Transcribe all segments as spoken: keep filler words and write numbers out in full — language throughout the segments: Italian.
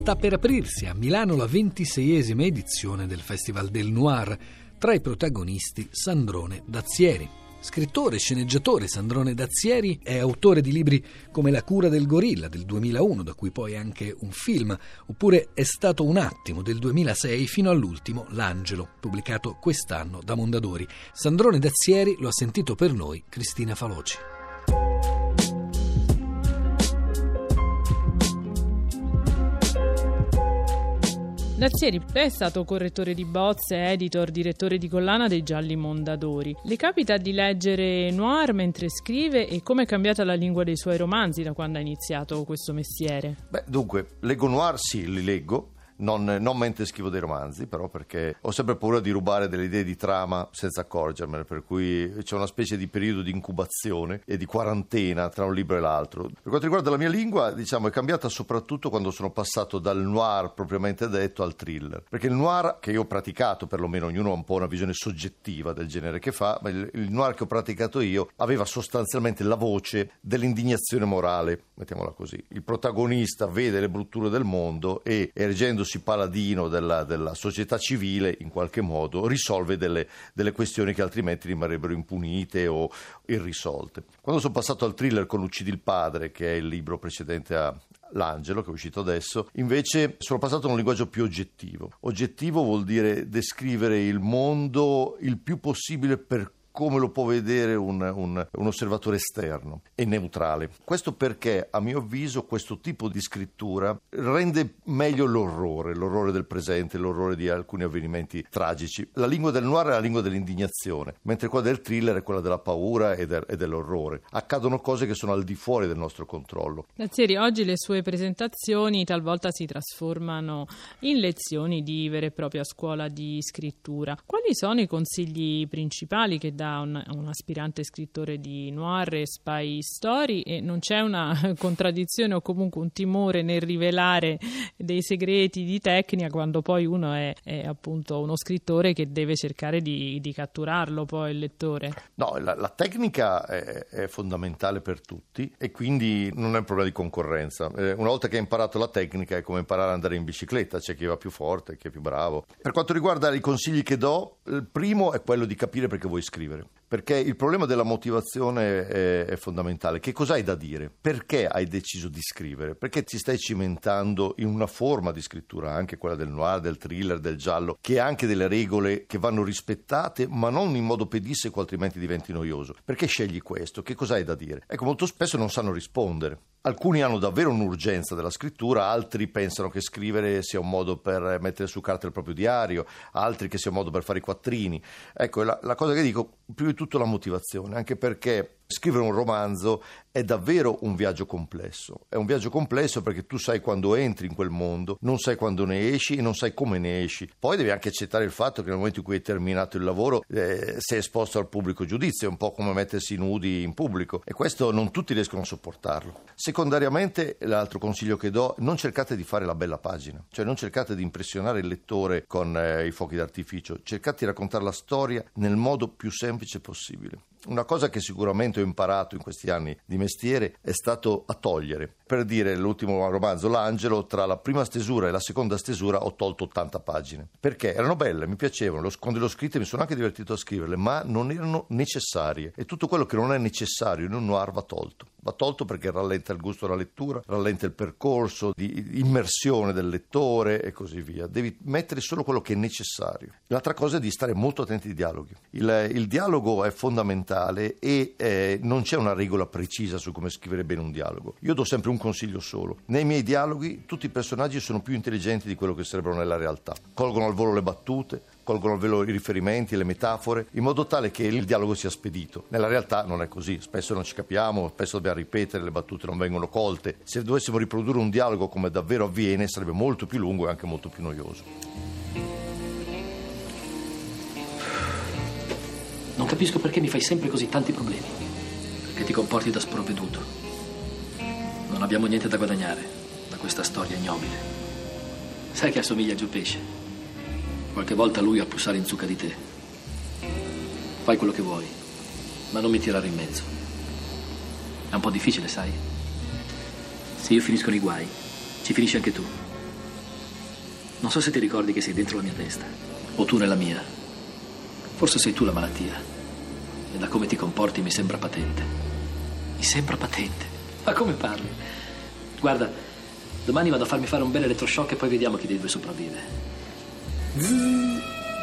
Sta per aprirsi a Milano la ventiseiesima edizione del Festival del Noir. Tra i protagonisti Sandrone Dazieri. Scrittore e sceneggiatore, Sandrone Dazieri è autore di libri come La cura del gorilla del duemilauno, da cui poi anche un film, oppure È stato un attimo del duemilasei, fino all'ultimo L'Angelo, pubblicato quest'anno da Mondadori. Sandrone Dazieri lo ha sentito per noi Cristina Faloci. Dazieri è stato correttore di bozze, editor, direttore di collana dei Gialli Mondadori. Le capita di leggere noir mentre scrive e come è cambiata la lingua dei suoi romanzi da quando ha iniziato questo mestiere? Beh, dunque, leggo noir, sì, li leggo. Non, non mentre scrivo dei romanzi, però, perché ho sempre paura di rubare delle idee di trama senza accorgermene, per cui c'è una specie di periodo di incubazione e di quarantena tra un libro e l'altro. Per quanto riguarda la mia lingua, diciamo, è cambiata soprattutto quando sono passato dal noir propriamente detto al thriller, perché il noir che io ho praticato, perlomeno ognuno ha un po' una visione soggettiva del genere che fa, ma il, il noir che ho praticato io aveva sostanzialmente la voce dell'indignazione morale, mettiamola così. Il protagonista vede le brutture del mondo e, ergendosi paladino della, della società civile, in qualche modo risolve delle, delle questioni che altrimenti rimarrebbero impunite o irrisolte. Quando sono passato al thriller con Uccidi il padre, che è il libro precedente a L'Angelo, che è uscito adesso, invece sono passato a un linguaggio più oggettivo. Oggettivo vuol dire descrivere il mondo il più possibile per come lo può vedere un, un, un osservatore esterno e neutrale. Questo perché, a mio avviso, questo tipo di scrittura rende meglio l'orrore, l'orrore del presente, l'orrore di alcuni avvenimenti tragici. La lingua del noir è la lingua dell'indignazione, mentre quella del thriller è quella della paura e, del, e dell'orrore. Accadono cose che sono al di fuori del nostro controllo. Dazieri, oggi le sue presentazioni talvolta si trasformano in lezioni di vera e propria scuola di scrittura. Quali sono i consigli principali che da un, un aspirante scrittore di noir e spy story, e non c'è una contraddizione o comunque un timore nel rivelare dei segreti di tecnica quando poi uno è, è appunto uno scrittore che deve cercare di, di catturarlo poi il lettore? No, la, la tecnica è, è fondamentale per tutti e quindi non è un problema di concorrenza. Eh, una volta che hai imparato la tecnica è come imparare ad andare in bicicletta, c'è chi va più forte, chi è più bravo. Per quanto riguarda i consigli che do, il primo è quello di capire perché vuoi scrivere. Perché il problema della motivazione è, è fondamentale. Che cosa hai da dire? Perché hai deciso di scrivere? Perché ti stai cimentando in una forma di scrittura, anche quella del noir, del thriller, del giallo, che ha anche delle regole che vanno rispettate, ma non in modo pedissequo, altrimenti diventi noioso. Perché scegli questo? Che cosa hai da dire? Ecco, molto spesso non sanno rispondere. Alcuni hanno davvero un'urgenza della scrittura, altri pensano che scrivere sia un modo per mettere su carta il proprio diario, altri che sia un modo per fare i quattrini. Ecco, la, la cosa che dico, prima di tutto la motivazione, anche perché scrivere un romanzo è davvero un viaggio complesso. È un viaggio complesso perché tu sai quando entri in quel mondo, non sai quando ne esci e non sai come ne esci. Poi devi anche accettare il fatto che nel momento in cui hai terminato il lavoro eh, sei esposto al pubblico giudizio, è un po' come mettersi nudi in pubblico e questo non tutti riescono a sopportarlo. Secondariamente, l'altro consiglio che do, non cercate di fare la bella pagina, cioè non cercate di impressionare il lettore con eh, i fuochi d'artificio, cercate di raccontare la storia nel modo più semplice possibile. Una cosa che sicuramente ho imparato in questi anni di mestiere è stato a togliere. Per dire, l'ultimo romanzo, L'Angelo, tra la prima stesura e la seconda stesura ho tolto ottanta pagine. Perché? Erano belle, mi piacevano, quando le ho scritte mi sono anche divertito a scriverle, ma non erano necessarie. E tutto quello che non è necessario in un noir va tolto. Va tolto perché rallenta il gusto della lettura, rallenta il percorso di immersione del lettore e così via. Devi mettere solo quello che è necessario. L'altra cosa è di stare molto attenti ai dialoghi. Il, il dialogo è fondamentale e eh, non c'è una regola precisa su come scrivere bene un dialogo. Io do sempre un consiglio solo. Nei miei dialoghi tutti i personaggi sono più intelligenti di quello che sarebbero nella realtà. Colgono al volo le battute, colgono al velo i riferimenti, le metafore, in modo tale che il dialogo sia spedito. Nella realtà non è così, spesso non ci capiamo, spesso dobbiamo ripetere, le battute non vengono colte. Se dovessimo riprodurre un dialogo come davvero avviene, sarebbe molto più lungo e anche molto più noioso. Non capisco perché mi fai sempre così tanti problemi. Perché ti comporti da sprovveduto. Non abbiamo niente da guadagnare da questa storia ignobile. Sai che assomiglia a Giù Pesce? Qualche volta lui a pussare in zucca di te. Fai quello che vuoi, ma non mi tirare in mezzo. È un po' difficile, sai? Se io finisco nei guai, ci finisci anche tu. Non so se ti ricordi che sei dentro la mia testa, o tu nella mia. Forse sei tu la malattia. E da come ti comporti mi sembra patente. Mi sembra patente. Ma come parli? Guarda, domani vado a farmi fare un bel elettroshock e poi vediamo chi dei due sopravvive. Mm.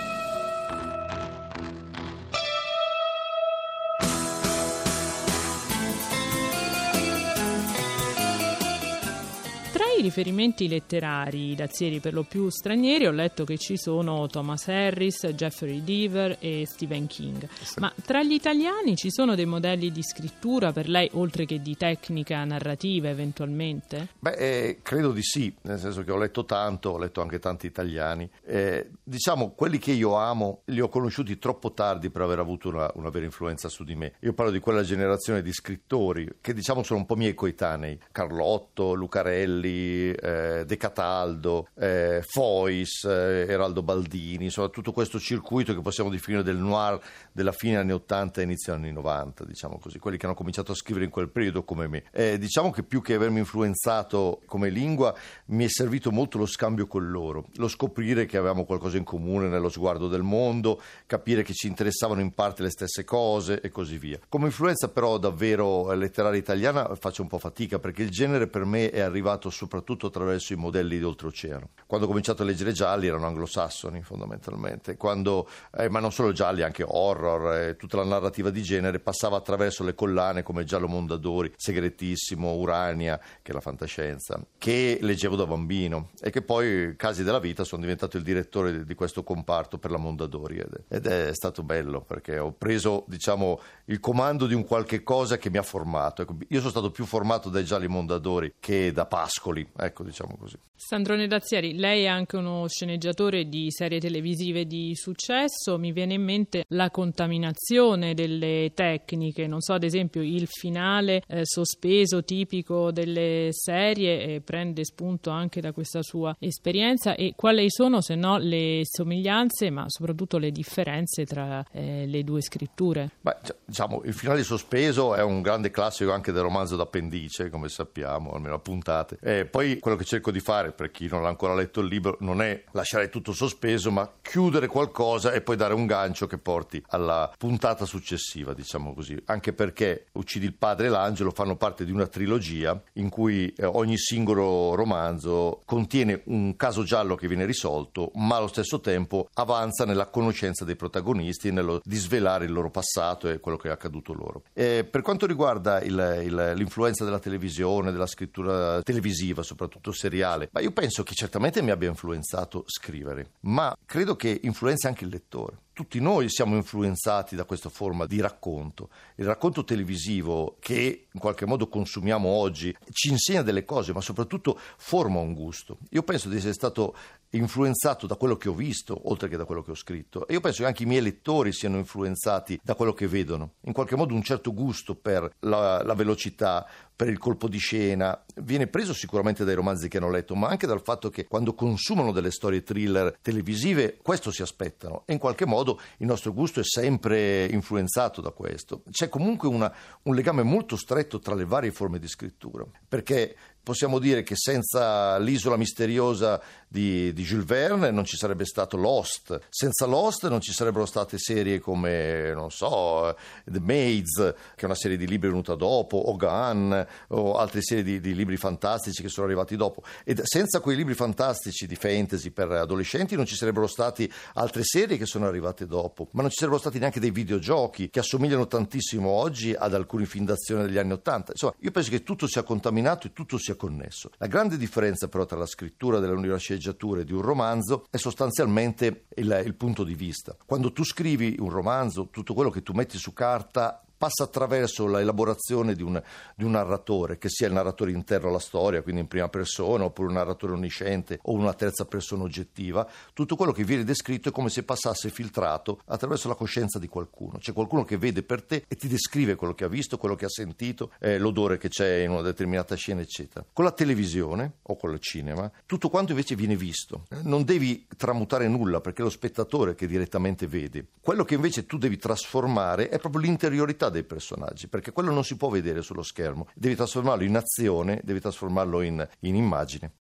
I riferimenti letterari Dazieri per lo più stranieri, ho letto che ci sono Thomas Harris, Jeffrey Deaver e Stephen King. Sì. Ma tra gli italiani ci sono dei modelli di scrittura per lei, oltre che di tecnica narrativa eventualmente? Beh, eh, credo di sì, nel senso che ho letto tanto, ho letto anche tanti italiani. Eh, diciamo, quelli che io amo li ho conosciuti troppo tardi per aver avuto una, una vera influenza su di me. Io parlo di quella generazione di scrittori che diciamo sono un po' miei coetanei. Carlotto, Lucarelli, Eh, De Cataldo, eh, Fois, eh, Eraldo Baldini, insomma tutto questo circuito che possiamo definire del noir della fine anni ottanta e inizio anni novanta, diciamo così, quelli che hanno cominciato a scrivere in quel periodo come me. Eh, diciamo che più che avermi influenzato come lingua mi è servito molto lo scambio con loro, lo scoprire che avevamo qualcosa in comune nello sguardo del mondo, capire che ci interessavano in parte le stesse cose e così via. Come influenza però davvero letteraria italiana faccio un po' fatica, perché il genere per me è arrivato soprattutto attraverso i modelli di oltreoceano. Quando ho cominciato a leggere gialli erano anglosassoni fondamentalmente, quando, eh, ma non solo gialli, anche horror, eh, tutta la narrativa di genere passava attraverso le collane come Giallo Mondadori, Segretissimo, Urania, che è la fantascienza, che leggevo da bambino e che poi, casi della vita, sono diventato il direttore di questo comparto per la Mondadori ed è, ed è stato bello perché ho preso, diciamo, il comando di un qualche cosa che mi ha formato. Ecco, io sono stato più formato dai gialli Mondadori che da Pascoli, ecco, diciamo così. Sandrone Dazieri, lei è anche uno sceneggiatore di serie televisive di successo. Mi viene in mente la contaminazione delle tecniche, non so, ad esempio il finale eh, sospeso tipico delle serie eh, prende spunto anche da questa sua esperienza, e quali sono se no le somiglianze ma soprattutto le differenze tra eh, le due scritture? Beh, diciamo, il finale sospeso è un grande classico anche del romanzo d'appendice, come sappiamo, almeno a puntate. Eh, poi quello che cerco di fare, per chi non ha ancora letto il libro, non è lasciare tutto sospeso, ma chiudere qualcosa e poi dare un gancio che porti alla puntata successiva, diciamo così. Anche perché Uccidi il padre e l'angelo fanno parte di una trilogia in cui eh, ogni singolo romanzo contiene un caso giallo che viene risolto, ma allo stesso tempo avanza nella conoscenza dei protagonisti e nello disvelare il loro passato e quello che è accaduto loro. E per quanto riguarda il, il, l'influenza della televisione, della scrittura televisiva, soprattutto seriale, ma io penso che certamente mi abbia influenzato scrivere, ma credo che influenzi anche il lettore. Tutti noi siamo influenzati da questa forma di racconto. Il racconto televisivo che in qualche modo consumiamo oggi ci insegna delle cose, ma soprattutto forma un gusto. Io penso di essere stato influenzato da quello che ho visto, oltre che da quello che ho scritto. E io penso che anche i miei lettori siano influenzati da quello che vedono. In qualche modo un certo gusto per la, la velocità, per il colpo di scena, viene preso sicuramente dai romanzi che hanno letto, ma anche dal fatto che quando consumano delle storie thriller televisive, questo si aspettano. E in qualche modo il nostro gusto è sempre influenzato da questo. C'è comunque una, un legame molto stretto tra le varie forme di scrittura, perché possiamo dire che senza l'isola misteriosa di, di Jules Verne non ci sarebbe stato Lost, senza Lost non ci sarebbero state serie come, non so, The Maids, che è una serie di libri venuta dopo, Ogan, o altre serie di, di libri fantastici che sono arrivati dopo. E senza quei libri fantastici di fantasy per adolescenti non ci sarebbero stati altre serie che sono arrivate dopo, ma non ci sarebbero stati neanche dei videogiochi che assomigliano tantissimo oggi ad alcuni film d'azione degli anni Ottanta. Insomma, io penso che tutto sia contaminato e tutto sia connesso. La grande differenza però tra la scrittura della una sceneggiatura e di un romanzo è sostanzialmente il, il punto di vista. Quando tu scrivi un romanzo, tutto quello che tu metti su carta passa attraverso l'elaborazione di un, di un narratore, che sia il narratore interno alla storia, quindi in prima persona, oppure un narratore onnisciente o una terza persona oggettiva. Tutto quello che viene descritto è come se passasse filtrato attraverso la coscienza di qualcuno. C'è qualcuno che vede per te e ti descrive quello che ha visto, quello che ha sentito, eh, l'odore che c'è in una determinata scena, eccetera. Con la televisione o con il cinema, tutto quanto invece viene visto. Non devi tramutare nulla, perché è lo spettatore che direttamente vede. Quello che invece tu devi trasformare è proprio l'interiorità dei personaggi, perché quello non si può vedere sullo schermo, devi trasformarlo in azione, devi trasformarlo in, in immagine.